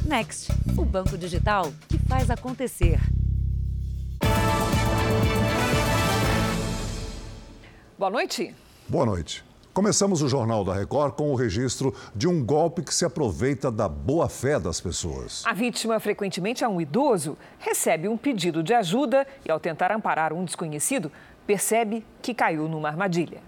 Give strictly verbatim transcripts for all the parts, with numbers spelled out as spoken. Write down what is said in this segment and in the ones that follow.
Next, o banco digital que faz acontecer. Boa noite. Boa noite. Começamos o Jornal da Record com o registro de um golpe que se aproveita da boa-fé das pessoas. A vítima, frequentemente é um idoso, recebe um pedido de ajuda e, ao tentar amparar um desconhecido, percebe que caiu numa armadilha.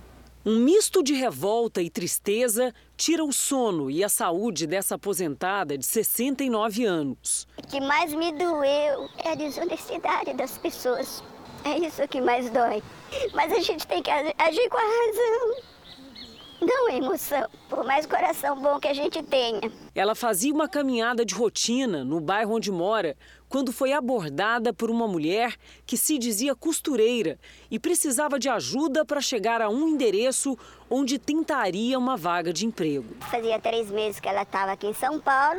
Um misto de revolta e tristeza tira o sono e a saúde dessa aposentada de sessenta e nove anos. O que mais me doeu é a desonestidade das pessoas. É isso que mais dói. Mas a gente tem que agir com a razão. Não é emoção, por mais coração bom que a gente tenha. Ela fazia uma caminhada de rotina no bairro onde mora, quando foi abordada por uma mulher que se dizia costureira e precisava de ajuda para chegar a um endereço onde tentaria uma vaga de emprego. Fazia três meses que ela estava aqui em São Paulo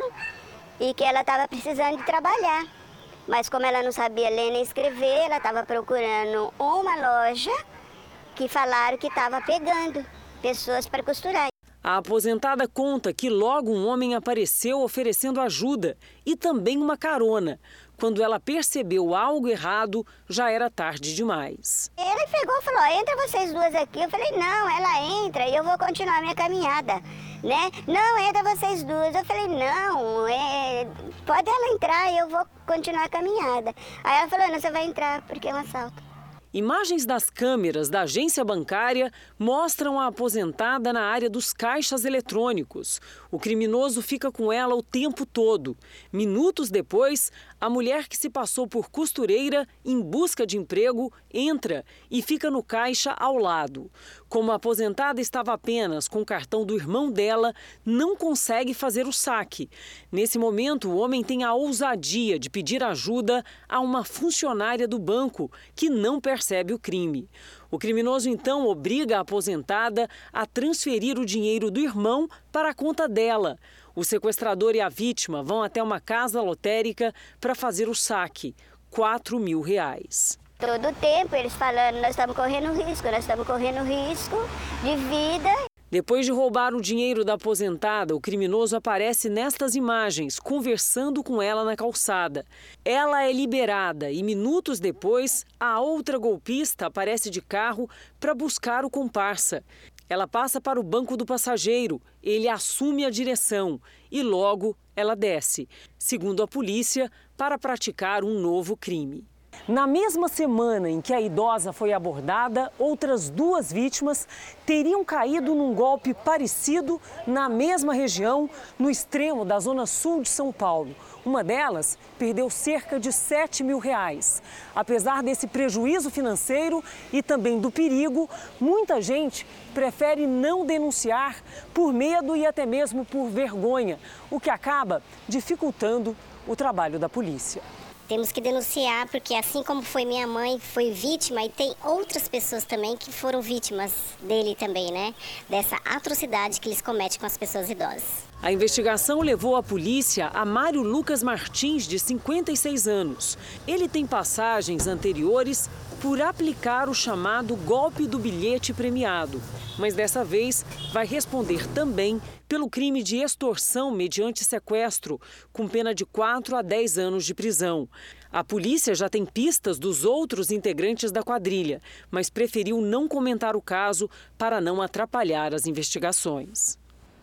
e que ela estava precisando de trabalhar. Mas como ela não sabia ler nem escrever, ela estava procurando uma loja que falaram que estava pegando pessoas para costurar. A aposentada conta que logo um homem apareceu oferecendo ajuda e também uma carona. Quando ela percebeu algo errado, já era tarde demais. Ele pegou e falou, entra vocês duas aqui. Eu falei, não, ela entra e eu vou continuar a minha caminhada, né? Não, entra vocês duas. Eu falei, não, é... pode ela entrar e eu vou continuar a caminhada. Aí ela falou, não, você vai entrar porque é um assalto. Imagens das câmeras da agência bancária mostram a aposentada na área dos caixas eletrônicos. O criminoso fica com ela o tempo todo. Minutos depois, a mulher que se passou por costureira em busca de emprego entra e fica no caixa ao lado. Como a aposentada estava apenas com o cartão do irmão dela, não consegue fazer o saque. Nesse momento, o homem tem a ousadia de pedir ajuda a uma funcionária do banco que não percebe o crime. O criminoso então obriga a aposentada a transferir o dinheiro do irmão para a conta dela. O sequestrador e a vítima vão até uma casa lotérica para fazer o saque, quatro mil reais. Todo tempo eles falando, nós estamos correndo risco, nós estamos correndo risco de vida. Depois de roubar o dinheiro da aposentada, o criminoso aparece nestas imagens, conversando com ela na calçada. Ela é liberada e minutos depois, a outra golpista aparece de carro para buscar o comparsa. Ela passa para o banco do passageiro, ele assume a direção e logo ela desce, segundo a polícia, para praticar um novo crime. Na mesma semana em que a idosa foi abordada, outras duas vítimas teriam caído num golpe parecido na mesma região, no extremo da zona sul de São Paulo. Uma delas perdeu cerca de sete mil reais. Apesar desse prejuízo financeiro e também do perigo, muita gente prefere não denunciar por medo e até mesmo por vergonha, o que acaba dificultando o trabalho da polícia. Temos que denunciar, porque assim como foi minha mãe, foi vítima, e tem outras pessoas também que foram vítimas dele também, né? Dessa atrocidade que eles cometem com as pessoas idosas. A investigação levou a polícia a Mário Lucas Martins, de cinquenta e seis anos. Ele tem passagens anteriores por aplicar o chamado golpe do bilhete premiado. Mas dessa vez vai responder também pelo crime de extorsão mediante sequestro, com pena de quatro a dez anos de prisão. A polícia já tem pistas dos outros integrantes da quadrilha, mas preferiu não comentar o caso para não atrapalhar as investigações.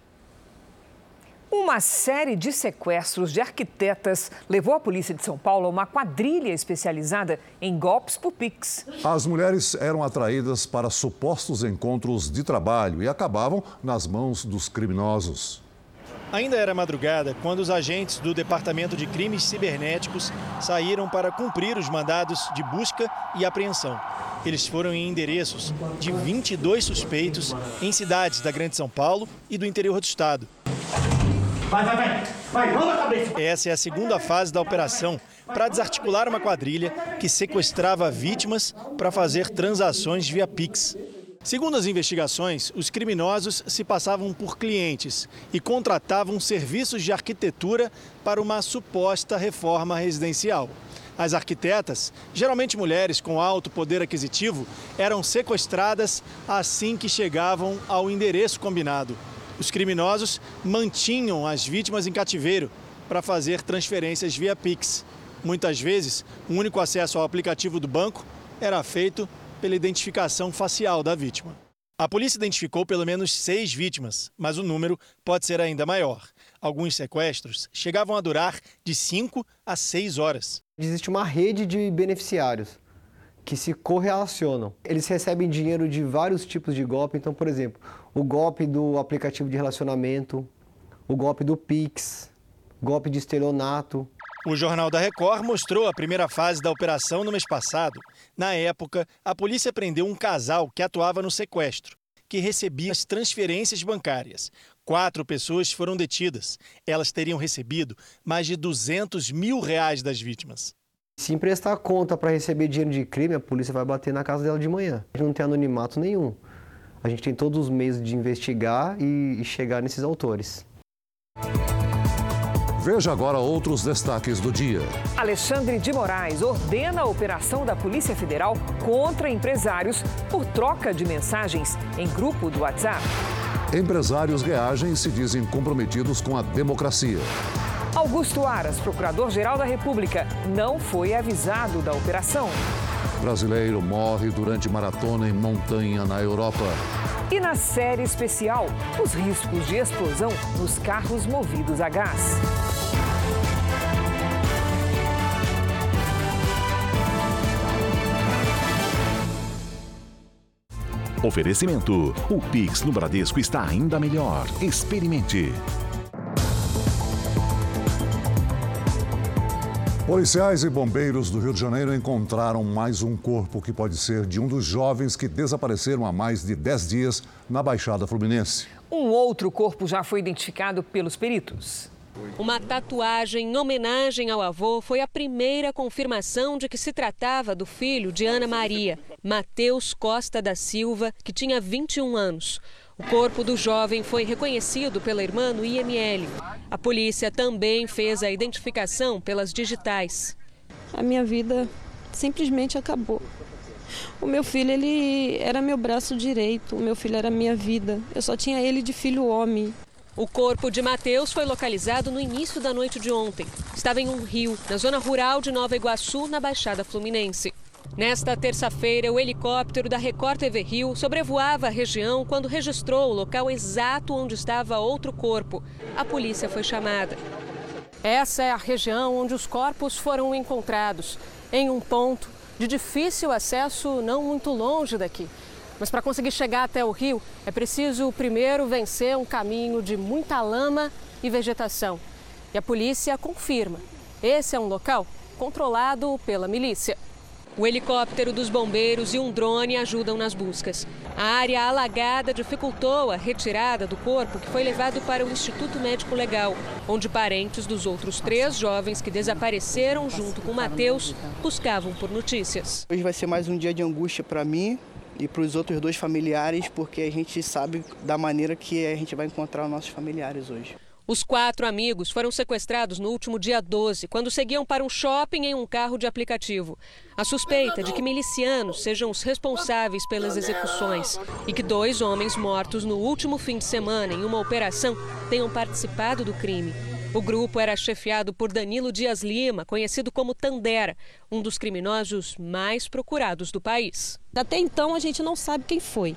Uma série de sequestros de arquitetas levou a polícia de São Paulo a uma quadrilha especializada em golpes por Pix. As mulheres eram atraídas para supostos encontros de trabalho e acabavam nas mãos dos criminosos. Ainda era madrugada quando os agentes do Departamento de Crimes Cibernéticos saíram para cumprir os mandados de busca e apreensão. Eles foram em endereços de vinte e dois suspeitos em cidades da Grande São Paulo e do interior do estado. Vai, vai, vai, vai, manda a cabeça. Essa é a segunda fase da operação para desarticular uma quadrilha que sequestrava vítimas para fazer transações via Pix. Segundo as investigações, os criminosos se passavam por clientes e contratavam serviços de arquitetura para uma suposta reforma residencial. As arquitetas, geralmente mulheres com alto poder aquisitivo, eram sequestradas assim que chegavam ao endereço combinado. Os criminosos mantinham as vítimas em cativeiro para fazer transferências via Pix. Muitas vezes, o único acesso ao aplicativo do banco era feito pela identificação facial da vítima. A polícia identificou pelo menos seis vítimas, mas o número pode ser ainda maior. Alguns sequestros chegavam a durar de cinco a seis horas. Existe uma rede de beneficiários que se correlacionam. Eles recebem dinheiro de vários tipos de golpe. Então, por exemplo, o golpe do aplicativo de relacionamento, o golpe do Pix, golpe de estelionato. O Jornal da Record mostrou a primeira fase da operação no mês passado. Na época, a polícia prendeu um casal que atuava no sequestro, que recebia as transferências bancárias. Quatro pessoas foram detidas. Elas teriam recebido mais de duzentos mil reais das vítimas. Se emprestar conta para receber dinheiro de crime, a polícia vai bater na casa dela de manhã. A gente não tem anonimato nenhum. A gente tem todos os meios de investigar e chegar nesses autores. Veja agora outros destaques do dia. Alexandre de Moraes ordena a operação da Polícia Federal contra empresários por troca de mensagens em grupo do WhatsApp. Empresários reagem e se dizem comprometidos com a democracia. Augusto Aras, procurador-geral da República, não foi avisado da operação. Brasileiro morre durante maratona em montanha na Europa. E na série especial, os riscos de explosão nos carros movidos a gás. Oferecimento: o Pix no Bradesco está ainda melhor. Experimente. Policiais e bombeiros do Rio de Janeiro encontraram mais um corpo que pode ser de um dos jovens que desapareceram há mais de dez dias na Baixada Fluminense. Um outro corpo já foi identificado pelos peritos. Uma tatuagem em homenagem ao avô foi a primeira confirmação de que se tratava do filho de Ana Maria, Matheus Costa da Silva, que tinha vinte e um anos. O corpo do jovem foi reconhecido pela irmã no I M L. A polícia também fez a identificação pelas digitais. A minha vida simplesmente acabou. O meu filho, ele era meu braço direito, o meu filho era minha vida. Eu só tinha ele de filho homem. O corpo de Matheus foi localizado no início da noite de ontem. Estava em um rio, na zona rural de Nova Iguaçu, na Baixada Fluminense. Nesta terça-feira, o helicóptero da Record T V Rio sobrevoava a região quando registrou o local exato onde estava outro corpo. A polícia foi chamada. Essa é a região onde os corpos foram encontrados, em um ponto de difícil acesso não muito longe daqui. Mas para conseguir chegar até o rio, é preciso primeiro vencer um caminho de muita lama e vegetação. E a polícia confirma, esse é um local controlado pela milícia. O helicóptero dos bombeiros e um drone ajudam nas buscas. A área alagada dificultou a retirada do corpo, que foi levado para o Instituto Médico Legal, onde parentes dos outros três jovens que desapareceram junto com Matheus buscavam por notícias. Hoje vai ser mais um dia de angústia para mim e para os outros dois familiares, porque a gente sabe da maneira que a gente vai encontrar os nossos familiares hoje. Os quatro amigos foram sequestrados no último dia doze, quando seguiam para um shopping em um carro de aplicativo. A suspeita de que milicianos sejam os responsáveis pelas execuções e que dois homens mortos no último fim de semana em uma operação tenham participado do crime. O grupo era chefiado por Danilo Dias Lima, conhecido como Tandera, um dos criminosos mais procurados do país. Até então a gente não sabe quem foi,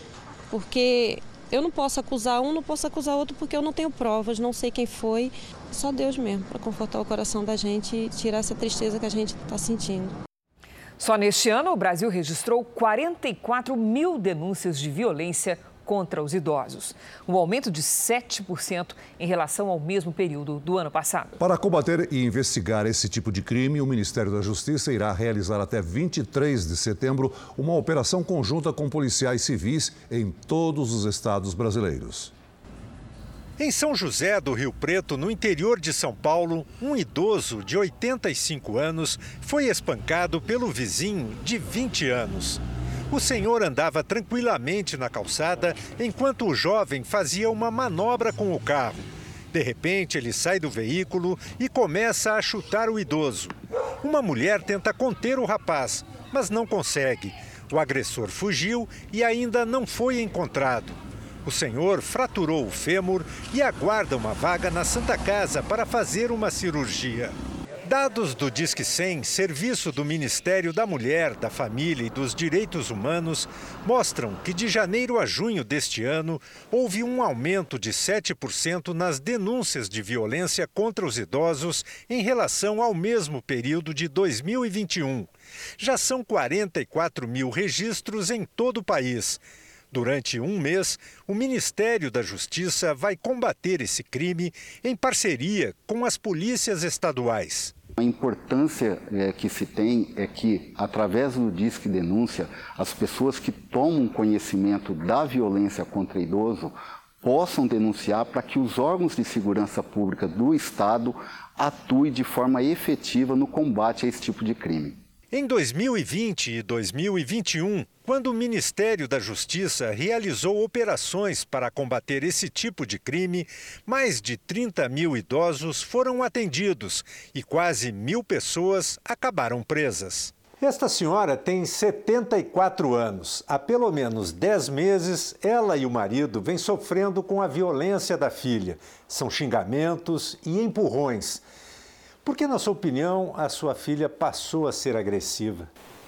porque eu não posso acusar um, não posso acusar outro, porque eu não tenho provas, não sei quem foi. Só Deus mesmo, para confortar o coração da gente e tirar essa tristeza que a gente está sentindo. Só neste ano, o Brasil registrou quarenta e quatro mil denúncias de violência contra os idosos, um aumento de sete por cento em relação ao mesmo período do ano passado. Para combater e investigar esse tipo de crime, o Ministério da Justiça irá realizar até vinte e três de setembro uma operação conjunta com policiais civis em todos os estados brasileiros. Em São José do Rio Preto, no interior de São Paulo, um idoso de oitenta e cinco anos foi espancado pelo vizinho de vinte anos. O senhor andava tranquilamente na calçada enquanto o jovem fazia uma manobra com o carro. De repente, ele sai do veículo e começa a chutar o idoso. Uma mulher tenta conter o rapaz, mas não consegue. O agressor fugiu e ainda não foi encontrado. O senhor fraturou o fêmur e aguarda uma vaga na Santa Casa para fazer uma cirurgia. Dados do Disque cem, serviço do Ministério da Mulher, da Família e dos Direitos Humanos, mostram que de janeiro a junho deste ano houve um aumento de sete por cento nas denúncias de violência contra os idosos em relação ao mesmo período de dois mil e vinte e um. Já são quarenta e quatro mil registros em todo o país. Durante um mês, o Ministério da Justiça vai combater esse crime em parceria com as polícias estaduais. A importância é, que se tem é que, através do Disque Denúncia, as pessoas que tomam conhecimento da violência contra idoso possam denunciar para que os órgãos de segurança pública do Estado atuem de forma efetiva no combate a esse tipo de crime. Em dois mil e vinte e dois mil e vinte e um, quando o Ministério da Justiça realizou operações para combater esse tipo de crime, mais de trinta mil idosos foram atendidos e quase mil pessoas acabaram presas. Esta senhora tem setenta e quatro anos. Há pelo menos dez meses, ela e o marido vêm sofrendo com a violência da filha. São xingamentos e empurrões. Por que, na sua opinião, a sua filha passou a ser agressiva?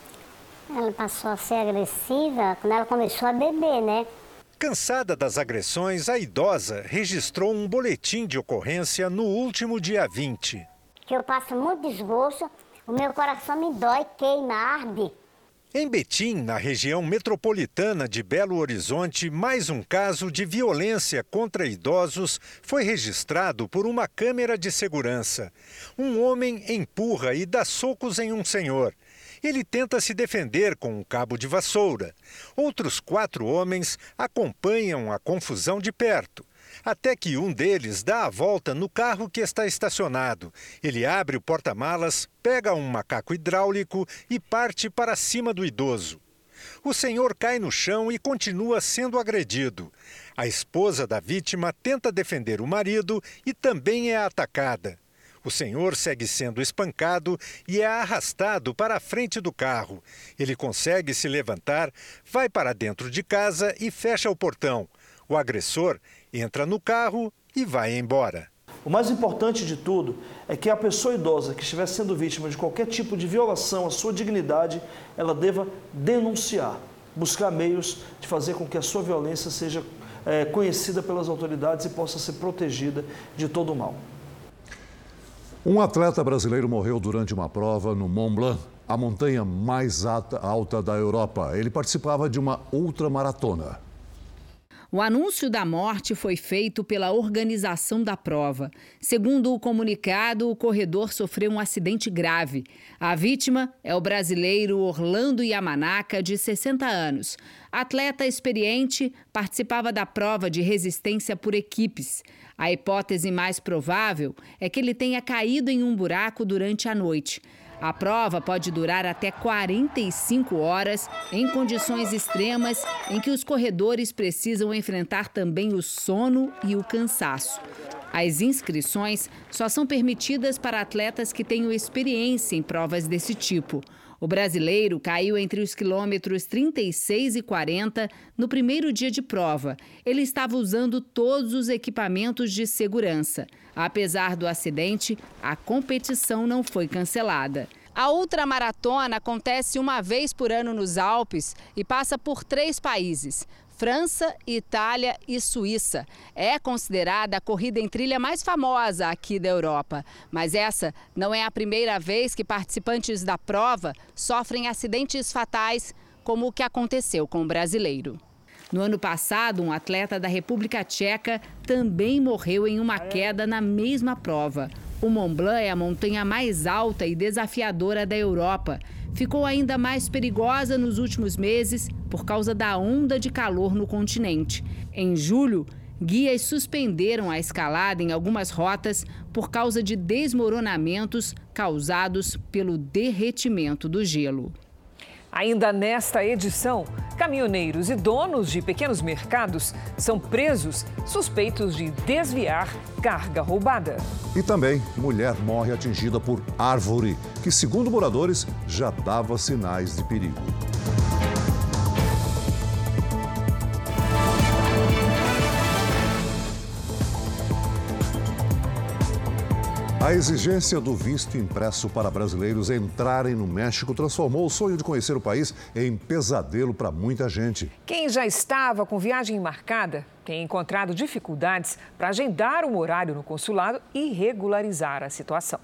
Ela passou a ser agressiva quando ela começou a beber, né? Cansada das agressões, a idosa registrou um boletim de ocorrência no último dia vinte. Que eu passo muito desgosto, o meu coração me dói, queima, arde. Em Betim, na região metropolitana de Belo Horizonte, mais um caso de violência contra idosos foi registrado por uma câmera de segurança. Um homem empurra e dá socos em um senhor. Ele tenta se defender com um cabo de vassoura. Outros quatro homens acompanham a confusão de perto. Até que um deles dá a volta no carro que está estacionado. Ele abre o porta-malas, pega um macaco hidráulico e parte para cima do idoso. O senhor cai no chão e continua sendo agredido. A esposa da vítima tenta defender o marido e também é atacada. O senhor segue sendo espancado e é arrastado para a frente do carro. Ele consegue se levantar, vai para dentro de casa e fecha o portão. O agressor entra no carro e vai embora. O mais importante de tudo é que a pessoa idosa que estiver sendo vítima de qualquer tipo de violação à sua dignidade, ela deva denunciar, buscar meios de fazer com que a sua violência seja é, conhecida pelas autoridades e possa ser protegida de todo o mal. Um atleta brasileiro morreu durante uma prova no Mont Blanc, a montanha mais alta, alta da Europa. Ele participava de uma ultramaratona. O anúncio da morte foi feito pela organização da prova. Segundo o comunicado, o corredor sofreu um acidente grave. A vítima é o brasileiro Orlando Yamanaka, de sessenta anos. Atleta experiente, participava da prova de resistência por equipes. A hipótese mais provável é que ele tenha caído em um buraco durante a noite. A prova pode durar até quarenta e cinco horas, em condições extremas, em que os corredores precisam enfrentar também o sono e o cansaço. As inscrições só são permitidas para atletas que tenham experiência em provas desse tipo. O brasileiro caiu entre os quilômetros trinta e seis e quarenta no primeiro dia de prova. Ele estava usando todos os equipamentos de segurança. Apesar do acidente, a competição não foi cancelada. A ultramaratona acontece uma vez por ano nos Alpes e passa por três países: França, Itália e Suíça. É considerada a corrida em trilha mais famosa aqui da Europa. Mas essa não é a primeira vez que participantes da prova sofrem acidentes fatais, como o que aconteceu com o brasileiro. No ano passado, um atleta da República Tcheca também morreu em uma queda na mesma prova. O Mont Blanc é a montanha mais alta e desafiadora da Europa. Ficou ainda mais perigosa nos últimos meses por causa da onda de calor no continente. Em julho, guias suspenderam a escalada em algumas rotas por causa de desmoronamentos causados pelo derretimento do gelo. Ainda nesta edição, caminhoneiros e donos de pequenos mercados são presos suspeitos de desviar carga roubada. E também, mulher morre atingida por árvore, que, segundo moradores, já dava sinais de perigo. A exigência do visto impresso para brasileiros entrarem no México transformou o sonho de conhecer o país em pesadelo para muita gente. Quem já estava com viagem marcada tem encontrado dificuldades para agendar um horário no consulado e regularizar a situação.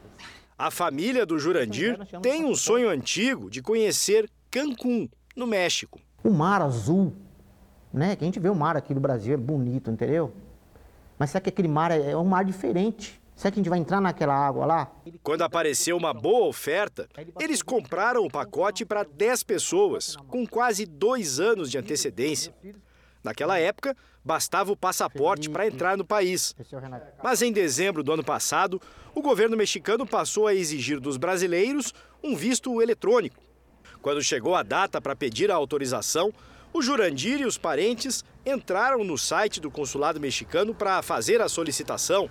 A família do Jurandir tem um sonho antigo de conhecer Cancún, no México. O mar azul, né? Que a gente vê o mar aqui do Brasil, é bonito, entendeu? Mas será que aquele mar é, é um mar diferente? Será que a gente vai entrar naquela água lá? Quando apareceu uma boa oferta, eles compraram o pacote para dez pessoas, com quase dois anos de antecedência. Naquela época, bastava o passaporte para entrar no país. Mas em dezembro do ano passado, o governo mexicano passou a exigir dos brasileiros um visto eletrônico. Quando chegou a data para pedir a autorização, o Jurandir e os parentes entraram no site do consulado mexicano para fazer a solicitação.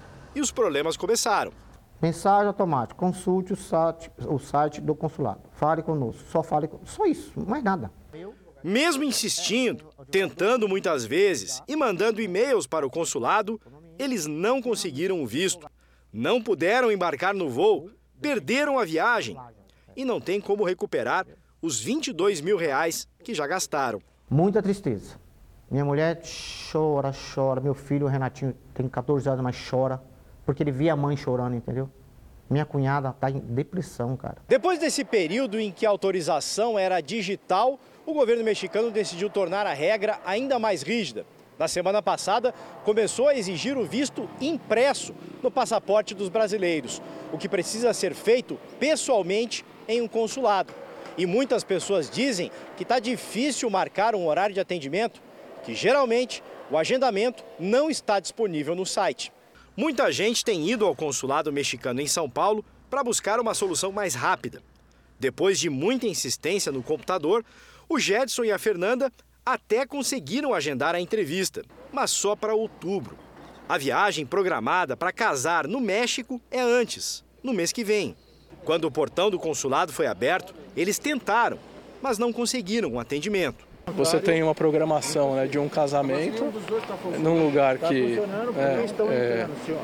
E os problemas começaram. Mensagem automática, consulte o site, o site do consulado. Fale conosco, só fale conosco. Só isso, mais nada. Mesmo insistindo, tentando muitas vezes e mandando e-mails para o consulado, eles não conseguiram o visto. Não puderam embarcar no voo, perderam a viagem e não tem como recuperar os vinte e dois mil reais que já gastaram. Muita tristeza. Minha mulher chora, chora. Meu filho, o Renatinho, tem catorze anos, mas chora. Porque ele via a mãe chorando, entendeu? Minha cunhada está em depressão, cara. Depois desse período em que a autorização era digital, o governo mexicano decidiu tornar a regra ainda mais rígida. Na semana passada, começou a exigir o visto impresso no passaporte dos brasileiros, o que precisa ser feito pessoalmente em um consulado. E muitas pessoas dizem que está difícil marcar um horário de atendimento, que geralmente o agendamento não está disponível no site. Muita gente tem ido ao consulado mexicano em São Paulo para buscar uma solução mais rápida. Depois de muita insistência no computador, o Gedson e a Fernanda até conseguiram agendar a entrevista, mas só para outubro. A viagem programada para casar no México é antes, no mês que vem. Quando o portão do consulado foi aberto, eles tentaram, mas não conseguiram um atendimento. Você tem uma programação, né, de um casamento num lugar que é, é,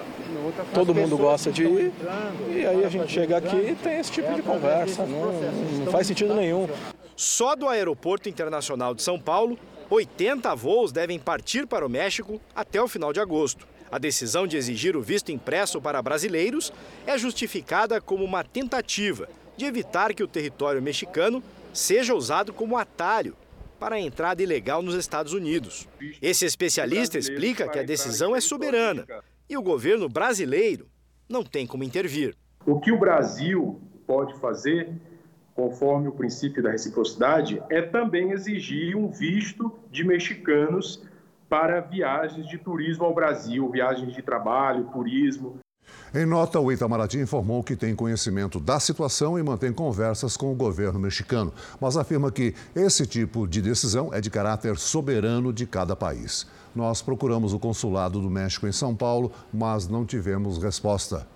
todo mundo gosta de ir, e aí a gente chega aqui e tem esse tipo de conversa, não, não faz sentido nenhum. Só do Aeroporto Internacional de São Paulo, oitenta voos devem partir para o México até o final de agosto. A decisão de exigir o visto impresso para brasileiros é justificada como uma tentativa de evitar que o território mexicano seja usado como atalho para a entrada ilegal nos Estados Unidos. Esse especialista explica que a decisão é soberana e o governo brasileiro não tem como intervir. O que o Brasil pode fazer, conforme o princípio da reciprocidade, é também exigir um visto de mexicanos para viagens de turismo ao Brasil, viagens de trabalho, turismo. Em nota, o Itamaraty informou que tem conhecimento da situação e mantém conversas com o governo mexicano, mas afirma que esse tipo de decisão é de caráter soberano de cada país. Nós procuramos o consulado do México em São Paulo, mas não tivemos resposta.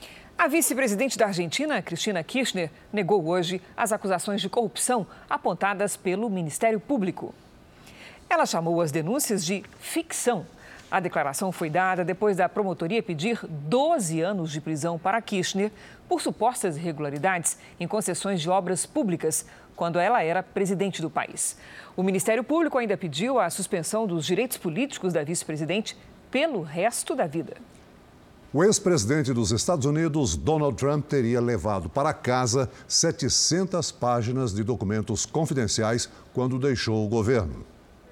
A vice-presidente da Argentina, Cristina Kirchner, negou hoje as acusações de corrupção apontadas pelo Ministério Público. Ela chamou as denúncias de ficção. A declaração foi dada depois da promotoria pedir doze anos de prisão para Kirchner por supostas irregularidades em concessões de obras públicas, quando ela era presidente do país. O Ministério Público ainda pediu a suspensão dos direitos políticos da vice-presidente pelo resto da vida. O ex-presidente dos Estados Unidos, Donald Trump, teria levado para casa setecentas páginas de documentos confidenciais quando deixou o governo.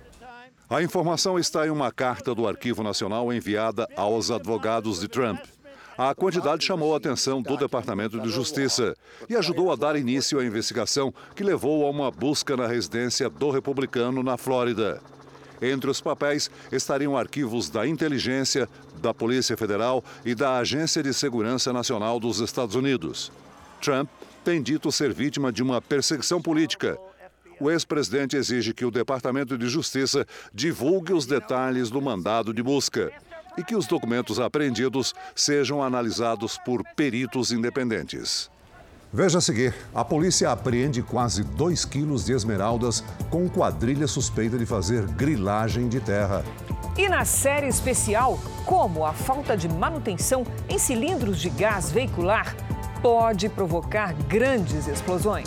A informação está em uma carta do Arquivo Nacional enviada aos advogados de Trump. A quantidade chamou a atenção do Departamento de Justiça e ajudou a dar início à investigação que levou a uma busca na residência do republicano na Flórida. Entre os papéis estariam arquivos da inteligência, da Polícia Federal e da Agência de Segurança Nacional dos Estados Unidos. Trump tem dito ser vítima de uma perseguição política. O ex-presidente exige que o Departamento de Justiça divulgue os detalhes do mandado de busca e que os documentos apreendidos sejam analisados por peritos independentes. Veja a seguir, a polícia apreende quase dois quilos de esmeraldas com quadrilha suspeita de fazer grilagem de terra. E na série especial, como a falta de manutenção em cilindros de gás veicular pode provocar grandes explosões.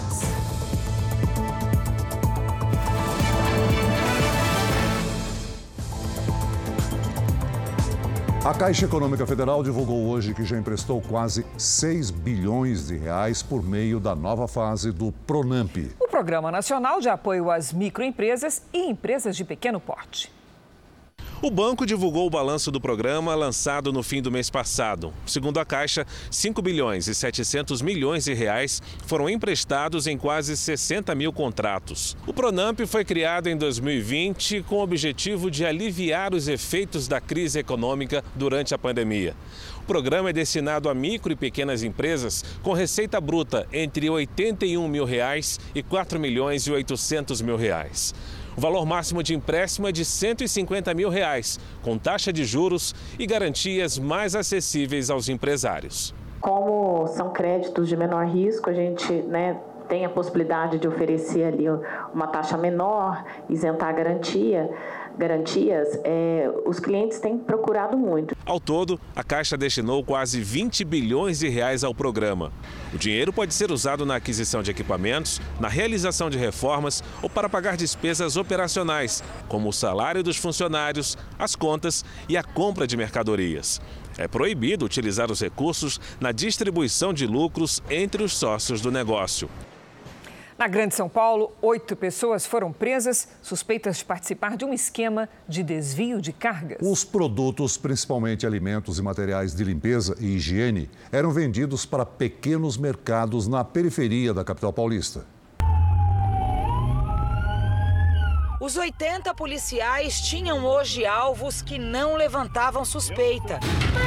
A Caixa Econômica Federal divulgou hoje que já emprestou quase seis bilhões de reais por meio da nova fase do Pronamp. O Programa Nacional de Apoio às Microempresas e Empresas de Pequeno Porte. O banco divulgou o balanço do programa lançado no fim do mês passado. Segundo a Caixa, cinco bilhões e setecentos milhões de reais foram emprestados em quase sessenta mil contratos. O Pronamp foi criado em dois mil e vinte com o objetivo de aliviar os efeitos da crise econômica durante a pandemia. O programa é destinado a micro e pequenas empresas com receita bruta entre oitenta e um mil reais e quatro milhões e oitocentos mil reais. O valor máximo de empréstimo é de cento e cinquenta mil reais, com taxa de juros e garantias mais acessíveis aos empresários. Como são créditos de menor risco, a gente, né, tem a possibilidade de oferecer ali uma taxa menor, isentar a garantia. garantias, é, os clientes têm procurado muito. Ao todo, a Caixa destinou quase vinte bilhões de reais ao programa. O dinheiro pode ser usado na aquisição de equipamentos, na realização de reformas ou para pagar despesas operacionais, como o salário dos funcionários, as contas e a compra de mercadorias. É proibido utilizar os recursos na distribuição de lucros entre os sócios do negócio. Na Grande São Paulo, oito pessoas foram presas suspeitas de participar de um esquema de desvio de cargas. Os produtos, principalmente alimentos e materiais de limpeza e higiene, eram vendidos para pequenos mercados na periferia da capital paulista. Os oitenta policiais tinham hoje alvos que não levantavam suspeita.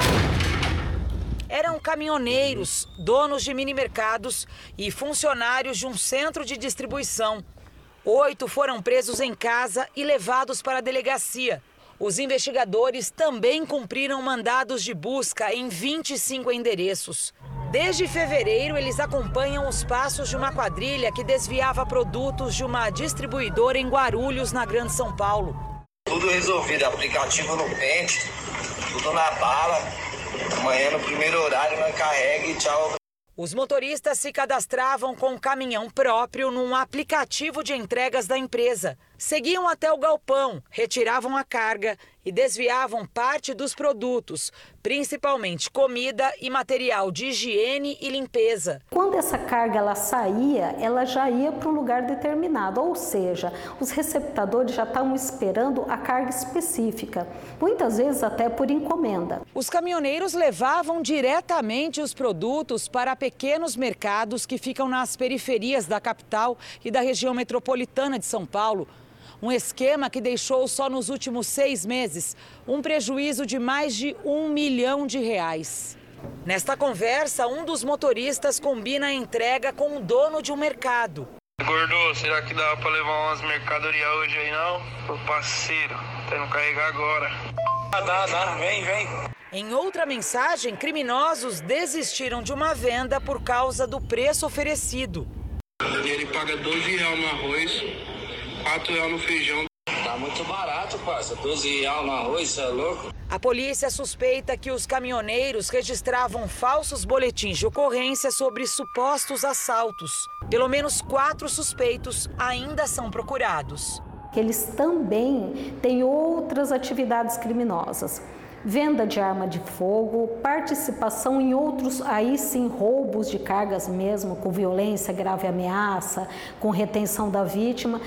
Eram caminhoneiros, donos de mini-mercados e funcionários de um centro de distribuição. Oito foram presos em casa e levados para a delegacia. Os investigadores também cumpriram mandados de busca em vinte e cinco endereços. Desde fevereiro, eles acompanham os passos de uma quadrilha que desviava produtos de uma distribuidora em Guarulhos, na Grande São Paulo. Tudo resolvido, aplicativo no pente, tudo na bala. Amanhã, no primeiro horário, nós carrega e tchau. Os motoristas se cadastravam com um caminhão próprio num aplicativo de entregas da empresa. Seguiam até o galpão, retiravam a carga e desviavam parte dos produtos, principalmente comida e material de higiene e limpeza. Quando essa carga ela saía, ela já ia para um lugar determinado, ou seja, os receptadores já estavam esperando a carga específica, muitas vezes até por encomenda. Os caminhoneiros levavam diretamente os produtos para pequenos mercados que ficam nas periferias da capital e da região metropolitana de São Paulo. Um esquema que deixou só nos últimos seis meses um prejuízo de mais de um milhão de reais. Nesta conversa, um dos motoristas combina a entrega com o dono de um mercado. Gordo, será que dá pra levar umas mercadorias hoje aí não? Ô parceiro, tá indo carregar agora. Ah, dá, dá, vem, vem. Em outra mensagem, criminosos desistiram de uma venda por causa do preço oferecido. Ele paga doze reais no arroz, quatro reais no feijão. Tá muito barato, parça. doze reais no arroz, você é louco? A polícia suspeita que os caminhoneiros registravam falsos boletins de ocorrência sobre supostos assaltos. Pelo menos quatro suspeitos ainda são procurados. Eles também têm outras atividades criminosas. Venda de arma de fogo, participação em outros, aí sim, roubos de cargas mesmo, com violência, grave ameaça, com retenção da vítima.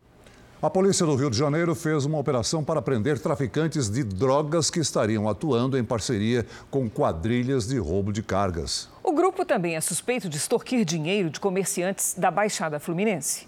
A polícia do Rio de Janeiro fez uma operação para prender traficantes de drogas que estariam atuando em parceria com quadrilhas de roubo de cargas. O grupo também é suspeito de extorquir dinheiro de comerciantes da Baixada Fluminense.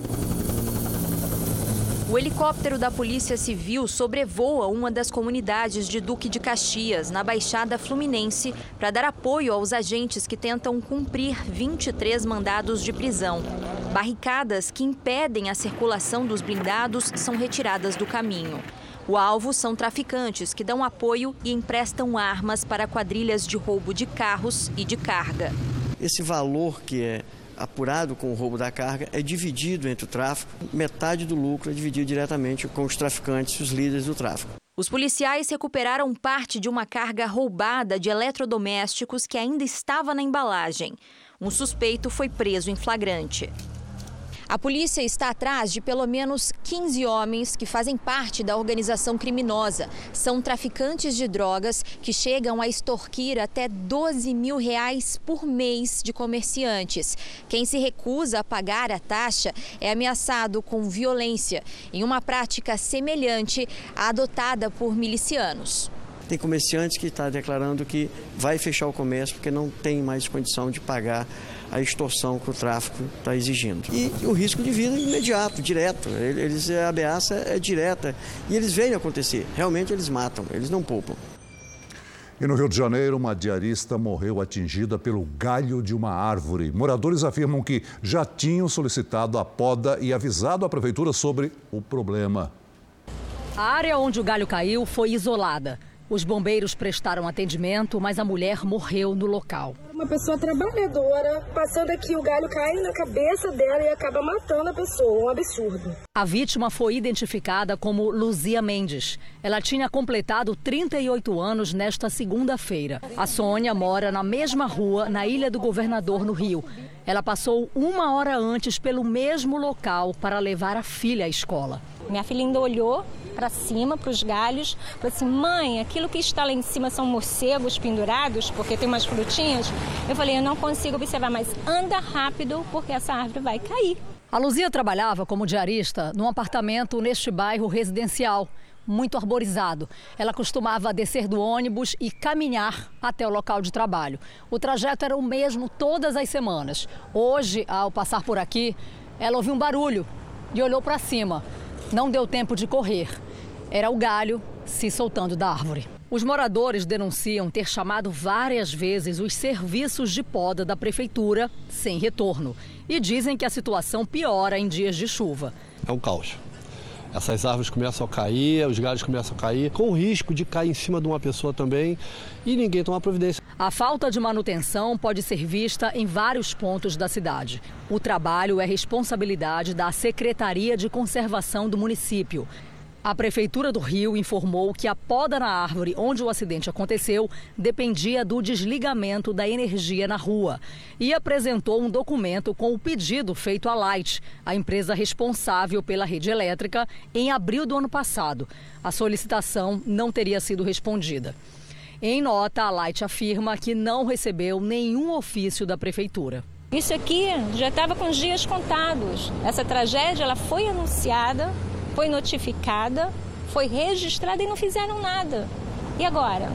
O helicóptero da Polícia Civil sobrevoa uma das comunidades de Duque de Caxias, na Baixada Fluminense, para dar apoio aos agentes que tentam cumprir vinte e três mandados de prisão. Barricadas que impedem a circulação dos blindados são retiradas do caminho. O alvo são traficantes que dão apoio e emprestam armas para quadrilhas de roubo de carros e de carga. Esse valor que é apurado com o roubo da carga é dividido entre o tráfico, metade do lucro é dividido diretamente com os traficantes, os líderes do tráfico. Os policiais recuperaram parte de uma carga roubada de eletrodomésticos que ainda estava na embalagem. Um suspeito foi preso em flagrante. A polícia está atrás de pelo menos quinze homens que fazem parte da organização criminosa. São traficantes de drogas que chegam a extorquir até doze mil reais por mês de comerciantes. Quem se recusa a pagar a taxa é ameaçado com violência, em uma prática semelhante à adotada por milicianos. Tem comerciantes que estão declarando que vai fechar o comércio porque não tem mais condição de pagar a extorsão que o tráfico está exigindo. E o risco de vida é imediato, direto. Eles, a ameaça é direta e eles veem acontecer. Realmente eles matam, eles não poupam. E no Rio de Janeiro, uma diarista morreu atingida pelo galho de uma árvore. Moradores afirmam que já tinham solicitado a poda e avisado a prefeitura sobre o problema. A área onde o galho caiu foi isolada. Os bombeiros prestaram atendimento, mas a mulher morreu no local. Uma pessoa trabalhadora, passando aqui, o galho cai na cabeça dela e acaba matando a pessoa, um absurdo. A vítima foi identificada como Luzia Mendes. Ela tinha completado trinta e oito anos nesta segunda-feira. A Sônia mora na mesma rua, na Ilha do Governador, no Rio. Ela passou uma hora antes pelo mesmo local para levar a filha à escola. Minha filha ainda olhou para cima, para os galhos, falou assim: mãe, aquilo que está lá em cima são morcegos pendurados, porque tem umas frutinhas. Eu falei: eu não consigo observar, mas anda rápido, porque essa árvore vai cair. A Luzia trabalhava como diarista num apartamento neste bairro residencial, muito arborizado. Ela costumava descer do ônibus e caminhar até o local de trabalho. O trajeto era o mesmo todas as semanas. Hoje, ao passar por aqui, ela ouviu um barulho e olhou para cima. Não deu tempo de correr. Era o galho se soltando da árvore. Os moradores denunciam ter chamado várias vezes os serviços de poda da prefeitura sem retorno. E dizem que a situação piora em dias de chuva. É um caos. Essas árvores começam a cair, os galhos começam a cair, com o risco de cair em cima de uma pessoa também, e ninguém toma providência. A falta de manutenção pode ser vista em vários pontos da cidade. O trabalho é responsabilidade da Secretaria de Conservação do município. A Prefeitura do Rio informou que a poda na árvore onde o acidente aconteceu dependia do desligamento da energia na rua e apresentou um documento com o pedido feito à Light, a empresa responsável pela rede elétrica, em abril do ano passado. A solicitação não teria sido respondida. Em nota, a Light afirma que não recebeu nenhum ofício da Prefeitura. Isso aqui já estava com os dias contados. Essa tragédia ela foi anunciada, foi notificada, foi registrada e não fizeram nada. E agora?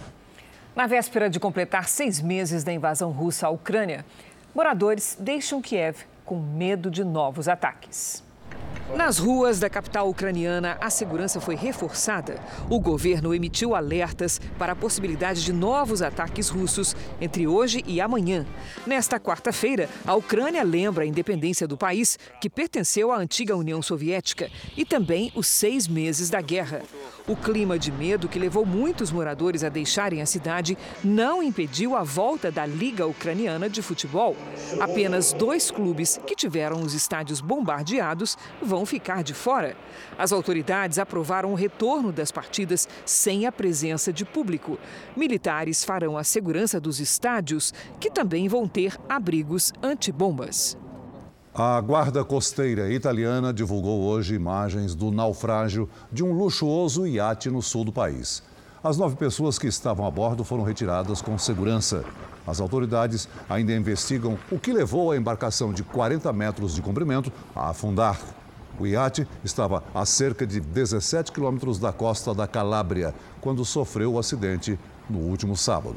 Na véspera de completar seis meses da invasão russa à Ucrânia, moradores deixam Kiev com medo de novos ataques. Nas ruas da capital ucraniana, a segurança foi reforçada. O governo emitiu alertas para a possibilidade de novos ataques russos entre hoje e amanhã. Nesta quarta-feira, a Ucrânia lembra a independência do país, que pertenceu à antiga União Soviética, e também os seis meses da guerra. O clima de medo que levou muitos moradores a deixarem a cidade não impediu a volta da Liga Ucraniana de Futebol. Apenas dois clubes que tiveram os estádios bombardeados vão ficar de fora. As autoridades aprovaram o retorno das partidas sem a presença de público. Militares farão a segurança dos estádios, que também vão ter abrigos antibombas. A Guarda Costeira italiana divulgou hoje imagens do naufrágio de um luxuoso iate no sul do país. As nove pessoas que estavam a bordo foram retiradas com segurança. As autoridades ainda investigam o que levou a embarcação de quarenta metros de comprimento a afundar. O iate estava a cerca de dezessete quilômetros da costa da Calábria, quando sofreu o acidente no último sábado.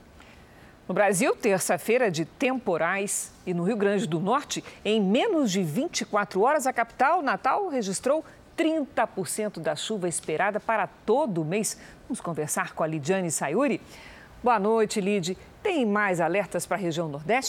No Brasil, terça-feira de temporais e no Rio Grande do Norte, em menos de vinte e quatro horas, a capital, Natal, registrou trinta por cento da chuva esperada para todo o mês. Vamos conversar com a Lidiane Sayuri. Boa noite, Lid. Tem mais alertas para a região Nordeste?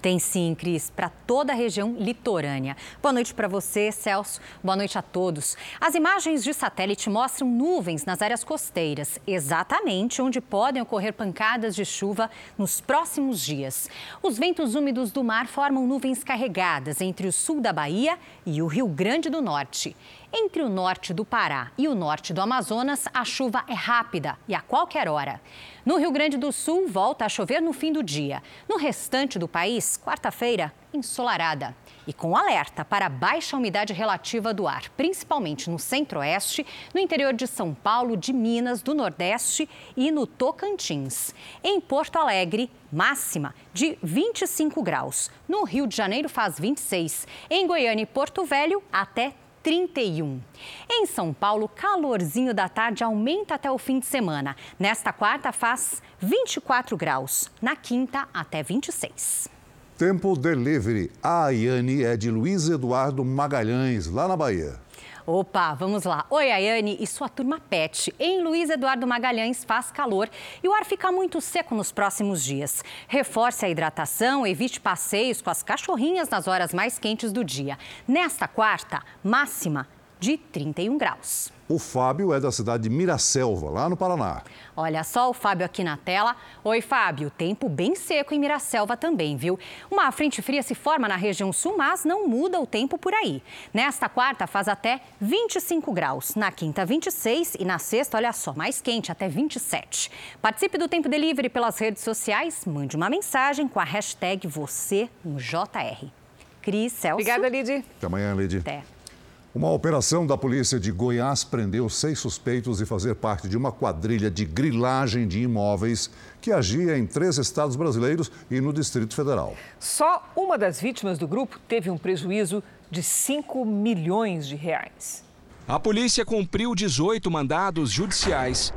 Tem sim, Cris, para toda a região litorânea. Boa noite para você, Celso. Boa noite a todos. As imagens de satélite mostram nuvens nas áreas costeiras, exatamente onde podem ocorrer pancadas de chuva nos próximos dias. Os ventos úmidos do mar formam nuvens carregadas entre o sul da Bahia e o Rio Grande do Norte. Entre o norte do Pará e o norte do Amazonas, a chuva é rápida e a qualquer hora. No Rio Grande do Sul, volta a chover no fim do dia. No restante do país, quarta-feira, ensolarada. E com alerta para baixa umidade relativa do ar, principalmente no centro-oeste, no interior de São Paulo, de Minas, do Nordeste e no Tocantins. Em Porto Alegre, máxima de vinte e cinco graus. No Rio de Janeiro faz vinte e seis. Em Goiânia e Porto Velho, até trinta e um. Em São Paulo, calorzinho da tarde aumenta até o fim de semana. Nesta quarta faz vinte e quatro graus. Na quinta, até vinte e seis. Tempo Delivery. A Ayane é de Luiz Eduardo Magalhães, lá na Bahia. Opa, vamos lá. Oi, Ayane e sua turma Pet. Em Luiz Eduardo Magalhães faz calor e o ar fica muito seco nos próximos dias. Reforce a hidratação, evite passeios com as cachorrinhas nas horas mais quentes do dia. Nesta quarta, máxima de trinta e um graus. O Fábio é da cidade de Miraselva, lá no Paraná. Olha só o Fábio aqui na tela. Oi, Fábio. Tempo bem seco em Miraselva também, viu? Uma frente fria se forma na região sul, mas não muda o tempo por aí. Nesta quarta faz até vinte e cinco graus. Na quinta, vinte e seis e na sexta, olha só, mais quente, até vinte e sete. Participe do Tempo Delivery pelas redes sociais. Mande uma mensagem com a hashtag você no J R. Cris, Celso. Obrigada, Lidy. Até amanhã, Lidy. Até. Uma operação da polícia de Goiás prendeu seis suspeitos de fazer parte de uma quadrilha de grilagem de imóveis que agia em três estados brasileiros e no Distrito Federal. Só uma das vítimas do grupo teve um prejuízo de cinco milhões de reais. A polícia cumpriu dezoito mandados judiciais.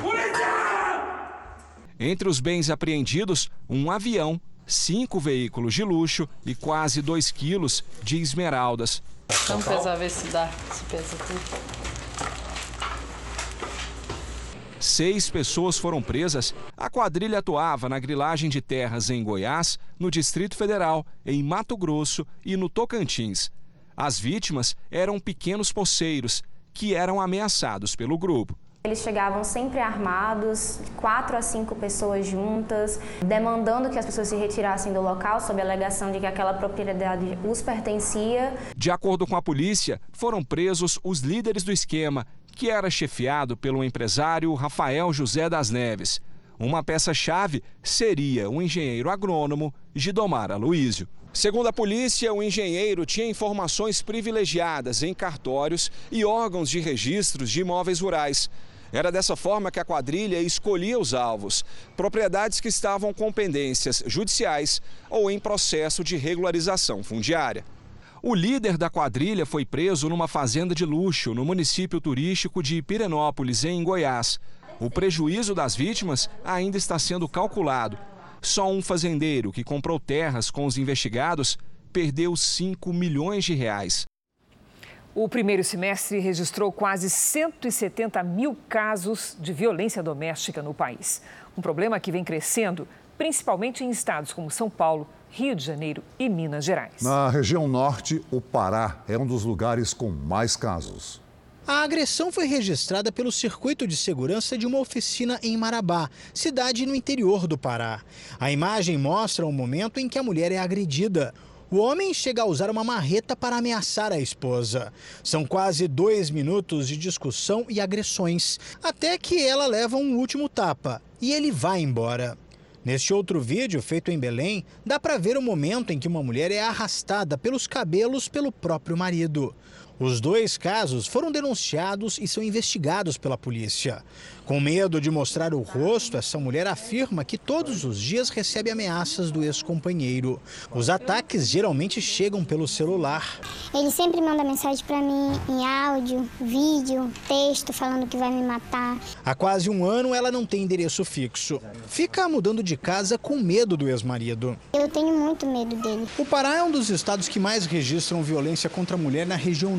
Entre os bens apreendidos, um avião, cinco veículos de luxo e quase dois quilos de esmeraldas. Vamos pesar, ver se dá, se pesa tudo. Seis pessoas foram presas. A quadrilha atuava na grilagem de terras em Goiás, no Distrito Federal, em Mato Grosso e no Tocantins. As vítimas eram pequenos poceiros, que eram ameaçados pelo grupo. Eles chegavam sempre armados, quatro a cinco pessoas juntas, demandando que as pessoas se retirassem do local sob a alegação de que aquela propriedade os pertencia. De acordo com a polícia, foram presos os líderes do esquema, que era chefiado pelo empresário Rafael José das Neves. Uma peça-chave seria o engenheiro agrônomo Gidomar Aloísio. Segundo a polícia, o engenheiro tinha informações privilegiadas em cartórios e órgãos de registros de imóveis rurais. Era dessa forma que a quadrilha escolhia os alvos, propriedades que estavam com pendências judiciais ou em processo de regularização fundiária. O líder da quadrilha foi preso numa fazenda de luxo no município turístico de Pirenópolis, em Goiás. O prejuízo das vítimas ainda está sendo calculado. Só um fazendeiro que comprou terras com os investigados perdeu cinco milhões de reais. O primeiro semestre registrou quase cento e setenta mil casos de violência doméstica no país. Um problema que vem crescendo, principalmente em estados como São Paulo, Rio de Janeiro e Minas Gerais. Na região norte, o Pará é um dos lugares com mais casos. A agressão foi registrada pelo circuito de segurança de uma oficina em Marabá, cidade no interior do Pará. A imagem mostra o momento em que a mulher é agredida. O homem chega a usar uma marreta para ameaçar a esposa. São quase dois minutos de discussão e agressões, até que ela leva um último tapa e ele vai embora. Neste outro vídeo, feito em Belém, dá para ver o momento em que uma mulher é arrastada pelos cabelos pelo próprio marido. Os dois casos foram denunciados e são investigados pela polícia. Com medo de mostrar o rosto, essa mulher afirma que todos os dias recebe ameaças do ex-companheiro. Os ataques geralmente chegam pelo celular. Ele sempre manda mensagem para mim em áudio, vídeo, texto, falando que vai me matar. Há quase um ano ela não tem endereço fixo. Fica mudando de casa com medo do ex-marido. Eu tenho muito medo dele. O Pará é um dos estados que mais registram violência contra a mulher na região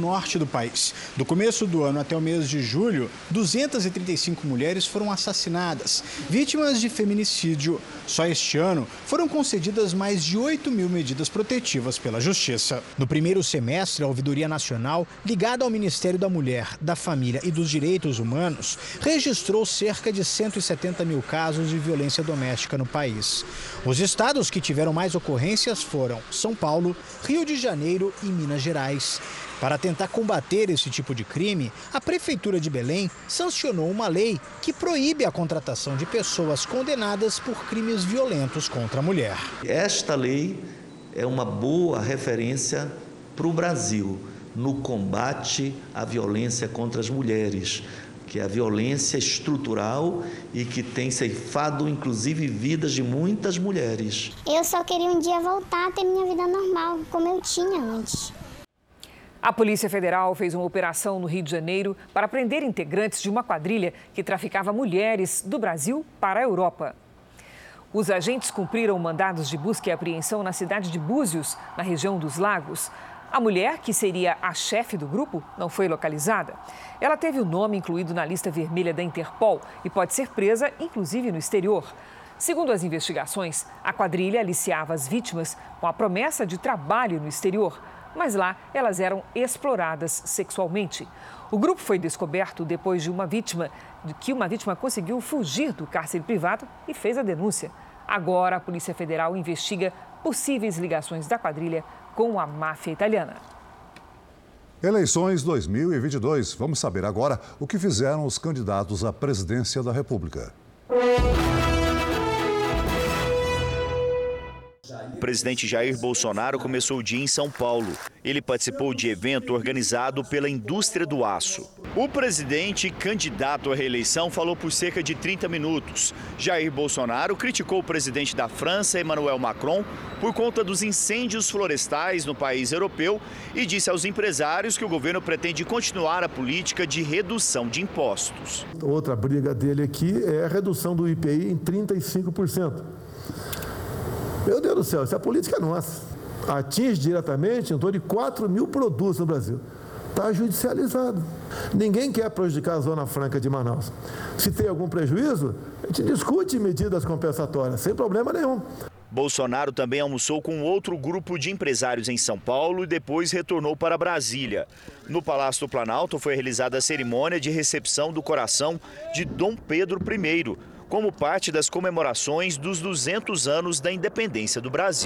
norte do país. Do começo do ano até o mês de julho, duzentas e trinta e cinco mulheres foram assassinadas, vítimas de feminicídio. Só este ano foram concedidas mais de oito mil medidas protetivas pela Justiça. No primeiro semestre, a Ouvidoria Nacional, ligada ao Ministério da Mulher, da Família e dos Direitos Humanos, registrou cerca de cento e setenta mil casos de violência doméstica no país. Os estados que tiveram mais ocorrências foram São Paulo, Rio de Janeiro e Minas Gerais. Para tentar combater esse tipo de crime, a Prefeitura de Belém sancionou uma lei que proíbe a contratação de pessoas condenadas por crimes violentos contra a mulher. Esta lei é uma boa referência para o Brasil no combate à violência contra as mulheres, que é a violência estrutural e que tem ceifado, inclusive, vidas de muitas mulheres. Eu só queria um dia voltar a ter minha vida normal, como eu tinha antes. A Polícia Federal fez uma operação no Rio de Janeiro para prender integrantes de uma quadrilha que traficava mulheres do Brasil para a Europa. Os agentes cumpriram mandados de busca e apreensão na cidade de Búzios, na região dos Lagos. A mulher, que seria a chefe do grupo, não foi localizada. Ela teve o nome incluído na lista vermelha da Interpol e pode ser presa, inclusive, no exterior. Segundo as investigações, a quadrilha aliciava as vítimas com a promessa de trabalho no exterior, mas lá elas eram exploradas sexualmente. O grupo foi descoberto depois de uma vítima, de que uma vítima conseguiu fugir do cárcere privado e fez a denúncia. Agora, a Polícia Federal investiga possíveis ligações da quadrilha com a máfia italiana. Eleições dois mil e vinte e dois. Vamos saber agora o que fizeram os candidatos à presidência da República. O presidente Jair Bolsonaro começou o dia em São Paulo. Ele participou de evento organizado pela indústria do aço. O presidente, candidato à reeleição, falou por cerca de trinta minutos. Jair Bolsonaro criticou o presidente da França, Emmanuel Macron, por conta dos incêndios florestais no país europeu e disse aos empresários que o governo pretende continuar a política de redução de impostos. Outra briga dele aqui é a redução do I P I em trinta e cinco por cento. Meu Deus do céu, essa política é nossa. Atinge diretamente em torno de quatro mil produtos no Brasil. Está judicializado. Ninguém quer prejudicar a Zona Franca de Manaus. Se tem algum prejuízo, a gente discute medidas compensatórias, sem problema nenhum. Bolsonaro também almoçou com outro grupo de empresários em São Paulo e depois retornou para Brasília. No Palácio do Planalto foi realizada a cerimônia de recepção do coração de Dom Pedro I, como parte das comemorações dos duzentos anos da independência do Brasil.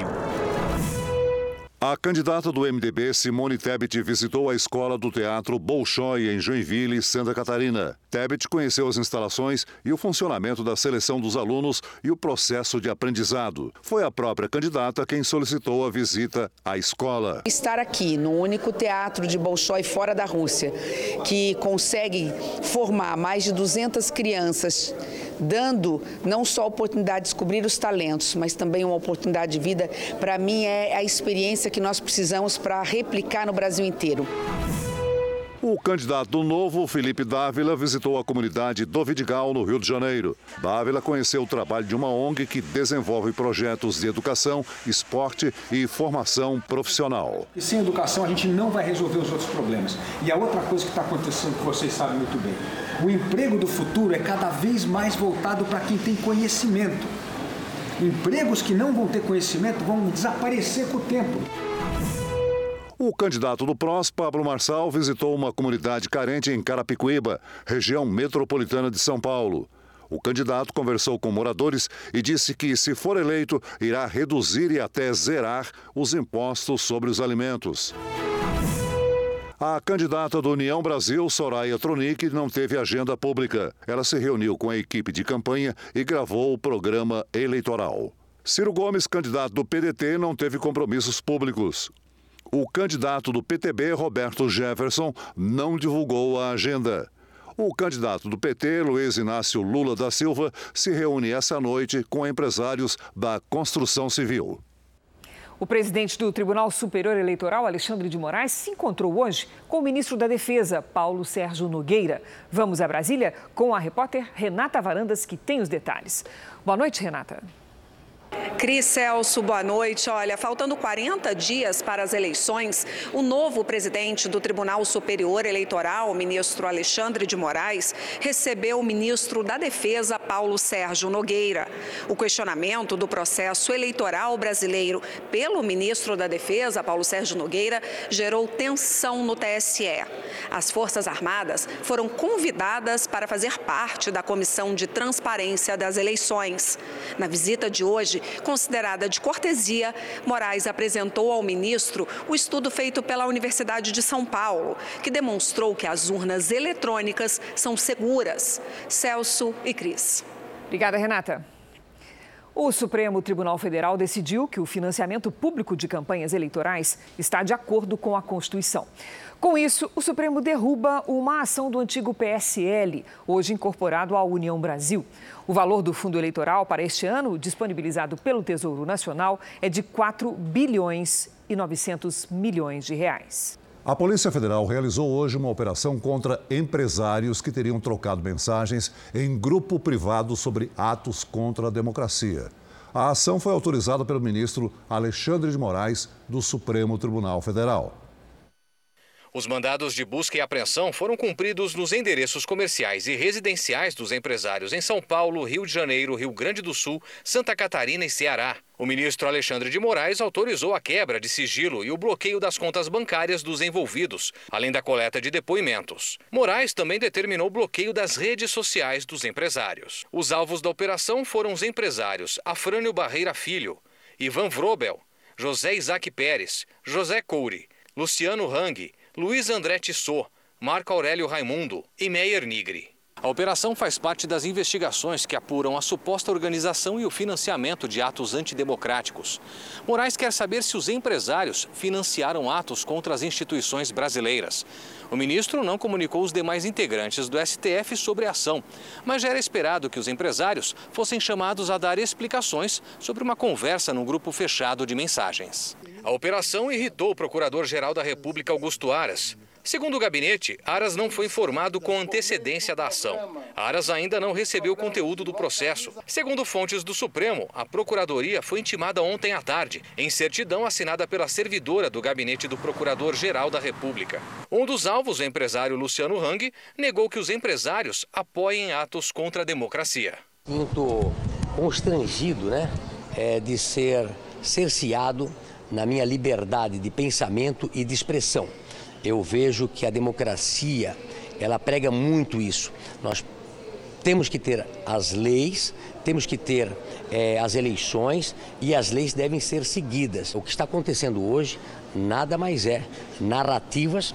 A candidata do M D B, Simone Tebet, visitou a escola do Teatro Bolshoi, em Joinville, Santa Catarina. Tebet conheceu as instalações e o funcionamento da seleção dos alunos e o processo de aprendizado. Foi a própria candidata quem solicitou a visita à escola. Estar aqui no único teatro de Bolshoi fora da Rússia, que consegue formar mais de duzentas crianças, dando não só a oportunidade de descobrir os talentos, mas também uma oportunidade de vida, para mim é a experiência que nós precisamos para replicar no Brasil inteiro. O candidato do Novo, Felipe Dávila, visitou a comunidade do Vidigal, no Rio de Janeiro. Dávila conheceu o trabalho de uma O N G que desenvolve projetos de educação, esporte e formação profissional. E sem educação a gente não vai resolver os outros problemas. E a outra coisa que está acontecendo, que vocês sabem muito bem, o emprego do futuro é cada vez mais voltado para quem tem conhecimento. Empregos que não vão ter conhecimento vão desaparecer com o tempo. O candidato do P R O S, Pablo Marçal, visitou uma comunidade carente em Carapicuíba, região metropolitana de São Paulo. O candidato conversou com moradores e disse que, se for eleito, irá reduzir e até zerar os impostos sobre os alimentos. A candidata do União Brasil, Soraya Tronic, não teve agenda pública. Ela se reuniu com a equipe de campanha e gravou o programa eleitoral. Ciro Gomes, candidato do P D T, não teve compromissos públicos. O candidato do P T B, Roberto Jefferson, não divulgou a agenda. O candidato do P T, Luiz Inácio Lula da Silva, se reúne essa noite com empresários da construção civil. O presidente do Tribunal Superior Eleitoral, Alexandre de Moraes, se encontrou hoje com o ministro da Defesa, Paulo Sérgio Nogueira. Vamos a Brasília com a repórter Renata Varandas, que tem os detalhes. Boa noite, Renata. Cris, Celso, boa noite. Olha, faltando quarenta dias para as eleições, o novo presidente do Tribunal Superior Eleitoral, o ministro Alexandre de Moraes, recebeu o ministro da Defesa, Paulo Sérgio Nogueira. O questionamento do processo eleitoral brasileiro pelo ministro da Defesa, Paulo Sérgio Nogueira, gerou tensão no T S E. As Forças Armadas foram convidadas para fazer parte da Comissão de Transparência das Eleições. Na visita de hoje, considerada de cortesia, Moraes apresentou ao ministro o estudo feito pela Universidade de São Paulo, que demonstrou que as urnas eletrônicas são seguras. Celso e Cris. Obrigada, Renata. O Supremo Tribunal Federal decidiu que o financiamento público de campanhas eleitorais está de acordo com a Constituição. Com isso, o Supremo derruba uma ação do antigo P S L, hoje incorporado à União Brasil. O valor do fundo eleitoral para este ano, disponibilizado pelo Tesouro Nacional, é de quatro bilhões e novecentos milhões de reais. A Polícia Federal realizou hoje uma operação contra empresários que teriam trocado mensagens em grupo privado sobre atos contra a democracia. A ação foi autorizada pelo ministro Alexandre de Moraes, do Supremo Tribunal Federal. Os mandados de busca e apreensão foram cumpridos nos endereços comerciais e residenciais dos empresários em São Paulo, Rio de Janeiro, Rio Grande do Sul, Santa Catarina e Ceará. O ministro Alexandre de Moraes autorizou a quebra de sigilo e o bloqueio das contas bancárias dos envolvidos, além da coleta de depoimentos. Moraes também determinou o bloqueio das redes sociais dos empresários. Os alvos da operação foram os empresários Afrânio Barreira Filho, Ivan Vrobel, José Isaac Pérez, José Couri, Luciano Hang, Luiz André Tissot, Marco Aurélio Raimundo e Meyer Nigri. A operação faz parte das investigações que apuram a suposta organização e o financiamento de atos antidemocráticos. Moraes quer saber se os empresários financiaram atos contra as instituições brasileiras. O ministro não comunicou os demais integrantes do S T F sobre a ação, mas já era esperado que os empresários fossem chamados a dar explicações sobre uma conversa num grupo fechado de mensagens. A operação irritou o Procurador-Geral da República, Augusto Aras. Segundo o gabinete, Aras não foi informado com antecedência da ação. Aras ainda não recebeu o conteúdo do processo. Segundo fontes do Supremo, a Procuradoria foi intimada ontem à tarde, em certidão assinada pela servidora do gabinete do Procurador-Geral da República. Um dos alvos, o empresário Luciano Hang, negou que os empresários apoiem atos contra a democracia. Muito constrangido, né, é, de ser cerceado na minha liberdade de pensamento e de expressão. Eu vejo que a democracia, ela prega muito isso. Nós temos que ter as leis, temos que ter é, as eleições e as leis devem ser seguidas. O que está acontecendo hoje nada mais é narrativas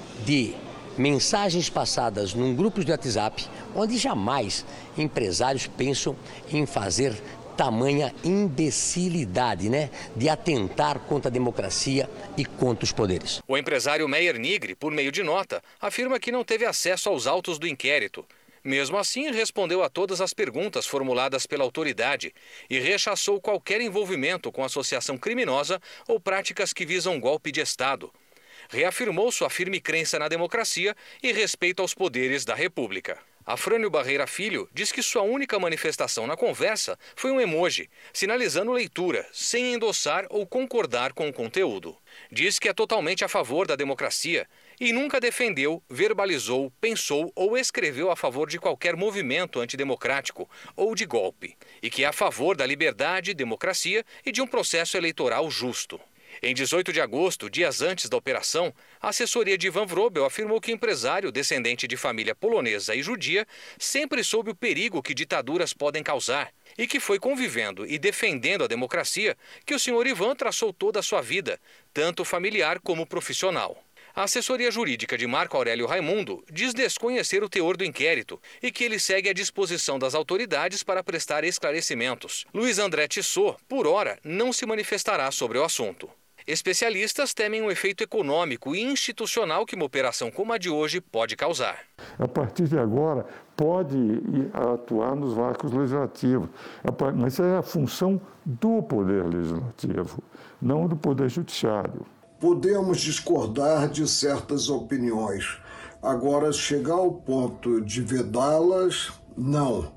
de mensagens passadas num grupo de WhatsApp, onde jamais empresários pensam em fazer tamanha imbecilidade, né, de atentar contra a democracia e contra os poderes. O empresário Meyer Nigri, por meio de nota, afirma que não teve acesso aos autos do inquérito. Mesmo assim, respondeu a todas as perguntas formuladas pela autoridade e rechaçou qualquer envolvimento com associação criminosa ou práticas que visam golpe de Estado. Reafirmou sua firme crença na democracia e respeito aos poderes da República. Afrânio Barreira Filho diz que sua única manifestação na conversa foi um emoji, sinalizando leitura, sem endossar ou concordar com o conteúdo. Diz que é totalmente a favor da democracia e nunca defendeu, verbalizou, pensou ou escreveu a favor de qualquer movimento antidemocrático ou de golpe, e que é a favor da liberdade, democracia e de um processo eleitoral justo. Em dezoito de agosto, dias antes da operação, a assessoria de Ivan Vrobel afirmou que o empresário, descendente de família polonesa e judia, sempre soube o perigo que ditaduras podem causar e que foi convivendo e defendendo a democracia que o senhor Ivan traçou toda a sua vida, tanto familiar como profissional. A assessoria jurídica de Marco Aurélio Raimundo diz desconhecer o teor do inquérito e que ele segue à disposição das autoridades para prestar esclarecimentos. Luiz André Tissot, por hora, não se manifestará sobre o assunto. Especialistas temem um efeito econômico e institucional que uma operação como a de hoje pode causar. A partir de agora, pode atuar nos vácuos legislativos, mas essa é a função do Poder Legislativo, não do Poder Judiciário. Podemos discordar de certas opiniões, agora chegar ao ponto de vedá-las, não.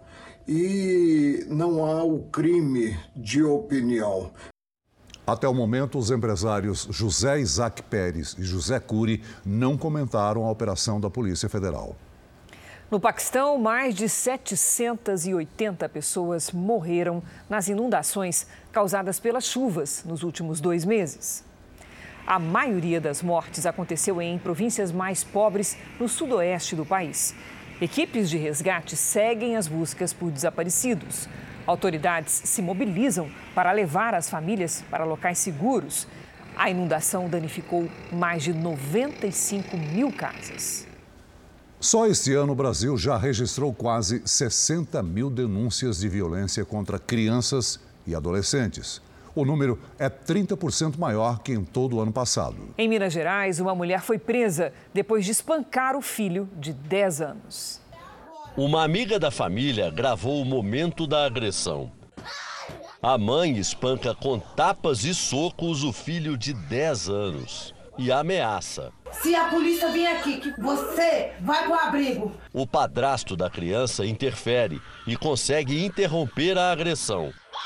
e não há o crime de opinião. Até o momento, os empresários José Isaac Pérez e José Cury não comentaram a operação da Polícia Federal. No Paquistão, mais de setecentas e oitenta pessoas morreram nas inundações causadas pelas chuvas nos últimos dois meses. A maioria das mortes aconteceu em províncias mais pobres no sudoeste do país. Equipes de resgate seguem as buscas por desaparecidos. Autoridades se mobilizam para levar as famílias para locais seguros. A inundação danificou mais de noventa e cinco mil casas. Só este ano, o Brasil já registrou quase sessenta mil denúncias de violência contra crianças e adolescentes. O número é trinta por cento maior que em todo o ano passado. Em Minas Gerais, uma mulher foi presa depois de espancar o filho de dez anos. Uma amiga da família gravou o momento da agressão. A mãe espanca com tapas e socos o filho de dez anos e ameaça. Se a polícia vier aqui, que você vai pro abrigo. O padrasto da criança interfere e consegue interromper a agressão.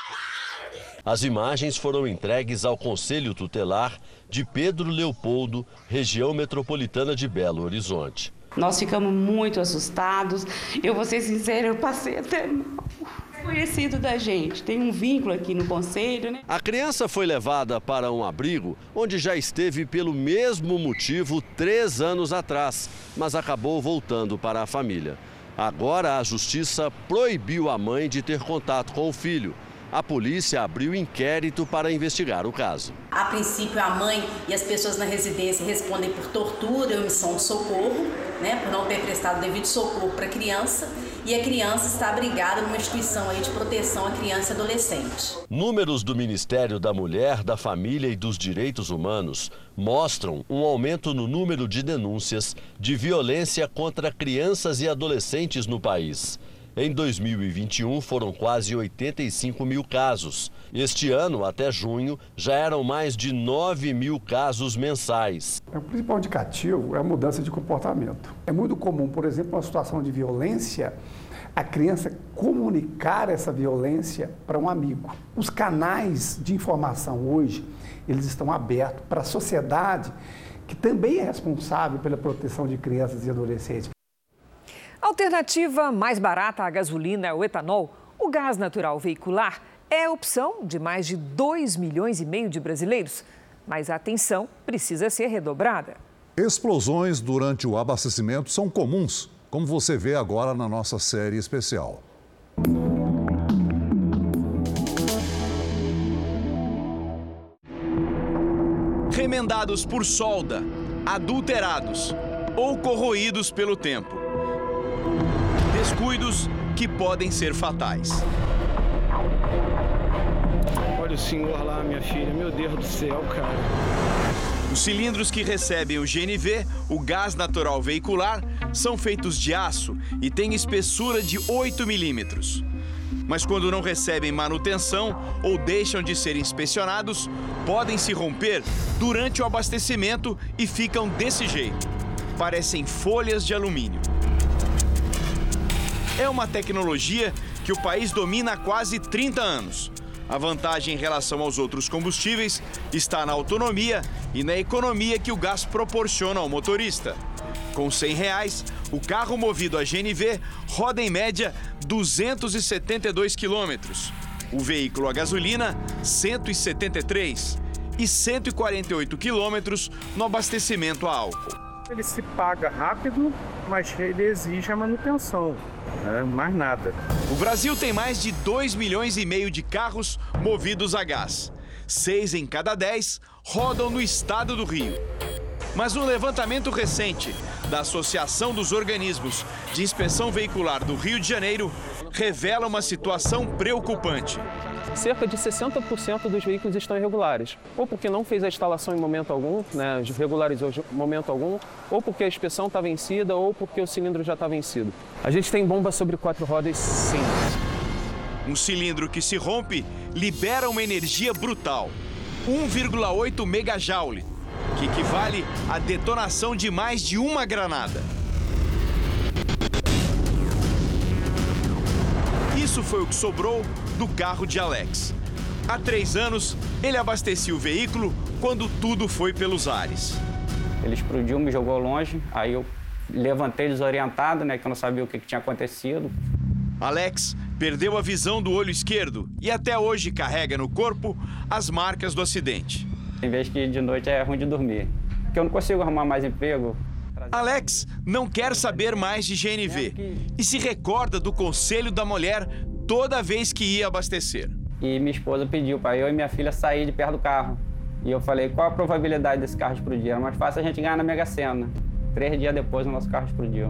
As imagens foram entregues ao Conselho Tutelar de Pedro Leopoldo, região metropolitana de Belo Horizonte. Nós ficamos muito assustados. Eu vou ser sincera, eu passei até mal. Conhecido da gente, tem um vínculo aqui no conselho, né? A criança foi levada para um abrigo onde já esteve pelo mesmo motivo três anos atrás, mas acabou voltando para a família. Agora a justiça proibiu a mãe de ter contato com o filho. A polícia abriu inquérito para investigar o caso. A princípio, a mãe e as pessoas na residência respondem por tortura e omissão de socorro, né, por não ter prestado devido socorro para a criança, e a criança está abrigada numa instituição aí de proteção à criança e adolescente. Números do Ministério da Mulher, da Família e dos Direitos Humanos mostram um aumento no número de denúncias de violência contra crianças e adolescentes no país. Em dois mil e vinte e um, foram quase oitenta e cinco mil casos. Este ano, até junho, já eram mais de nove mil casos mensais. O principal indicativo é a mudança de comportamento. É muito comum, por exemplo, uma situação de violência, a criança comunicar essa violência para um amigo. Os canais de informação hoje, eles estão abertos para a sociedade, que também é responsável pela proteção de crianças e adolescentes. A alternativa mais barata à gasolina é o etanol. O gás natural veicular é a opção de mais de dois milhões e meio de brasileiros. Mas a atenção precisa ser redobrada. Explosões durante o abastecimento são comuns, como você vê agora na nossa série especial. Remendados por solda, adulterados ou corroídos pelo tempo. Descuidos que podem ser fatais. Olha o senhor lá, minha filha. Meu Deus do céu, cara. Os cilindros que recebem o G N V, o gás natural veicular, são feitos de aço e têm espessura de oito milímetros. Mas quando não recebem manutenção ou deixam de ser inspecionados, podem se romper durante o abastecimento e ficam desse jeito. Parecem folhas de alumínio. É uma tecnologia que o país domina há quase trinta anos. A vantagem em relação aos outros combustíveis está na autonomia e na economia que o gás proporciona ao motorista. Com cem reais, o carro movido a G N V roda em média duzentos e setenta e dois quilômetros. O veículo a gasolina, cento e setenta e três. E cento e quarenta e oito quilômetros no abastecimento a álcool. Ele se paga rápido, mas ele exige a manutenção, né? Mais nada. O Brasil tem mais de dois milhões e meio de carros movidos a gás. Seis em cada dez rodam no estado do Rio. Mas um levantamento recente da Associação dos Organismos de Inspeção Veicular do Rio de Janeiro revela uma situação preocupante. Cerca de sessenta por cento dos veículos estão irregulares, ou porque não fez a instalação em momento algum, né, regularizou em momento algum, ou porque a inspeção está vencida, ou porque o cilindro já está vencido. A gente tem bomba sobre quatro rodas, sim. Um cilindro que se rompe libera uma energia brutal, um vírgula oito megajoule, que equivale à detonação de mais de uma granada. Isso isso foi o que sobrou do carro de Alex. Há três anos, ele abastecia o veículo quando tudo foi pelos ares. Ele explodiu, me jogou longe, aí eu levantei desorientado, né, que eu não sabia o que, que tinha acontecido. Alex perdeu a visão do olho esquerdo e até hoje carrega no corpo as marcas do acidente. Tem vez que de noite é ruim de dormir, porque eu não consigo arrumar mais emprego. Alex não quer saber mais de G N V e se recorda do conselho da mulher toda vez que ia abastecer. E minha esposa pediu para eu e minha filha sair de perto do carro. E eu falei, qual a probabilidade desse carro explodir? Era mais fácil a gente ganhar na Mega Sena. Três dias depois, o nosso carro explodiu.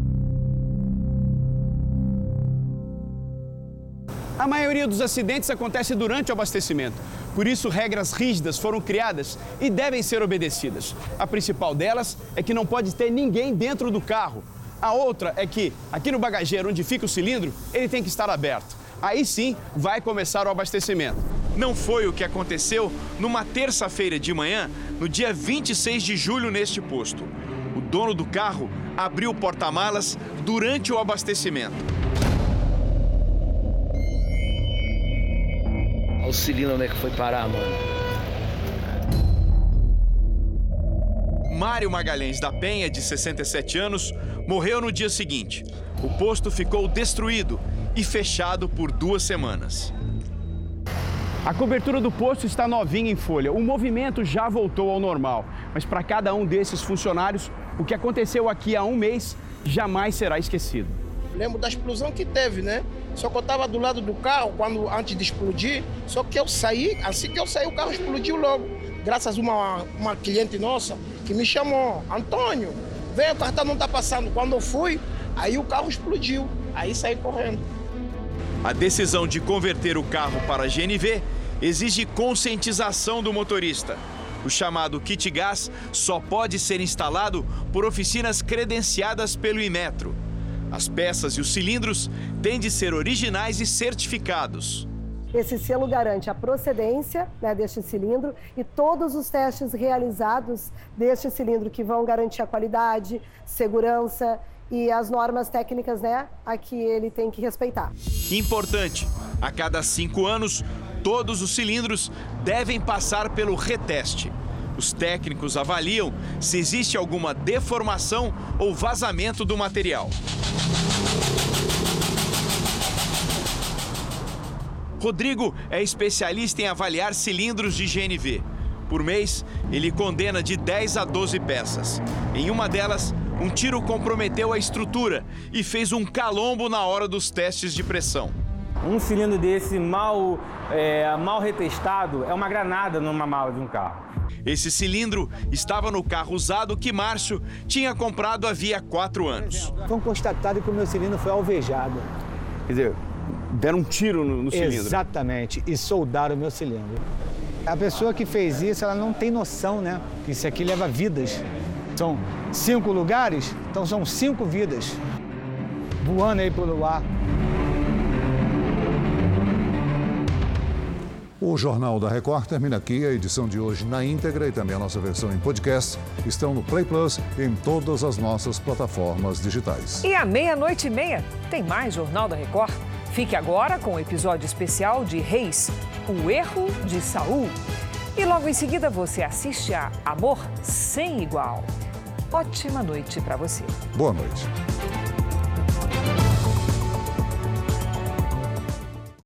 A maioria dos acidentes acontece durante o abastecimento. Por isso, regras rígidas foram criadas e devem ser obedecidas. A principal delas é que não pode ter ninguém dentro do carro. A outra é que, aqui no bagageiro onde fica o cilindro, ele tem que estar aberto. Aí sim, vai começar o abastecimento. Não foi o que aconteceu numa terça-feira de manhã, no dia vinte e seis de julho, neste posto. O dono do carro abriu o porta-malas durante o abastecimento. Olha o cilindro onde é que foi parar, mano. Mário Magalhães da Penha, de sessenta e sete anos, morreu no dia seguinte. O posto ficou destruído e fechado por duas semanas. A cobertura do posto está novinha em folha. O movimento já voltou ao normal. Mas para cada um desses funcionários, o que aconteceu aqui há um mês jamais será esquecido. Lembro da explosão que teve, né? Só que eu estava do lado do carro quando, antes de explodir. Só que eu saí, assim que eu saí, o carro explodiu logo. Graças a uma, uma cliente nossa que me chamou, Antônio, vem, o cartão não está passando. Quando eu fui, aí o carro explodiu. Aí saí correndo. A decisão de converter o carro para G N V exige conscientização do motorista. O chamado kit gás só pode ser instalado por oficinas credenciadas pelo Inmetro. As peças e os cilindros têm de ser originais e certificados. Esse selo garante a procedência, né, deste cilindro e todos os testes realizados deste cilindro que vão garantir a qualidade, segurança e as normas técnicas, né, a que ele tem que respeitar. Importante, a cada cinco anos, todos os cilindros devem passar pelo reteste. Os técnicos avaliam se existe alguma deformação ou vazamento do material. Rodrigo é especialista em avaliar cilindros de G N V. Por mês, ele condena de dez a doze peças. Em uma delas, um tiro comprometeu a estrutura e fez um calombo na hora dos testes de pressão. Um cilindro desse mal, é, mal retestado é uma granada numa mala de um carro. Esse cilindro estava no carro usado que Márcio tinha comprado havia quatro anos. Foi constatado que o meu cilindro foi alvejado. Quer dizer, deram um tiro no, no cilindro? Exatamente, e soldaram o meu cilindro. A pessoa que fez isso, ela não tem noção, né? Que isso aqui leva vidas. São cinco lugares, então são cinco vidas voando aí pelo ar. O Jornal da Record termina aqui. A edição de hoje na íntegra e também a nossa versão em podcast estão no Play Plus e em todas as nossas plataformas digitais. E à meia-noite e meia tem mais Jornal da Record. Fique agora com o episódio especial de Reis, o erro de Saul. E logo em seguida você assiste a Amor Sem Igual. Ótima noite para você. Boa noite.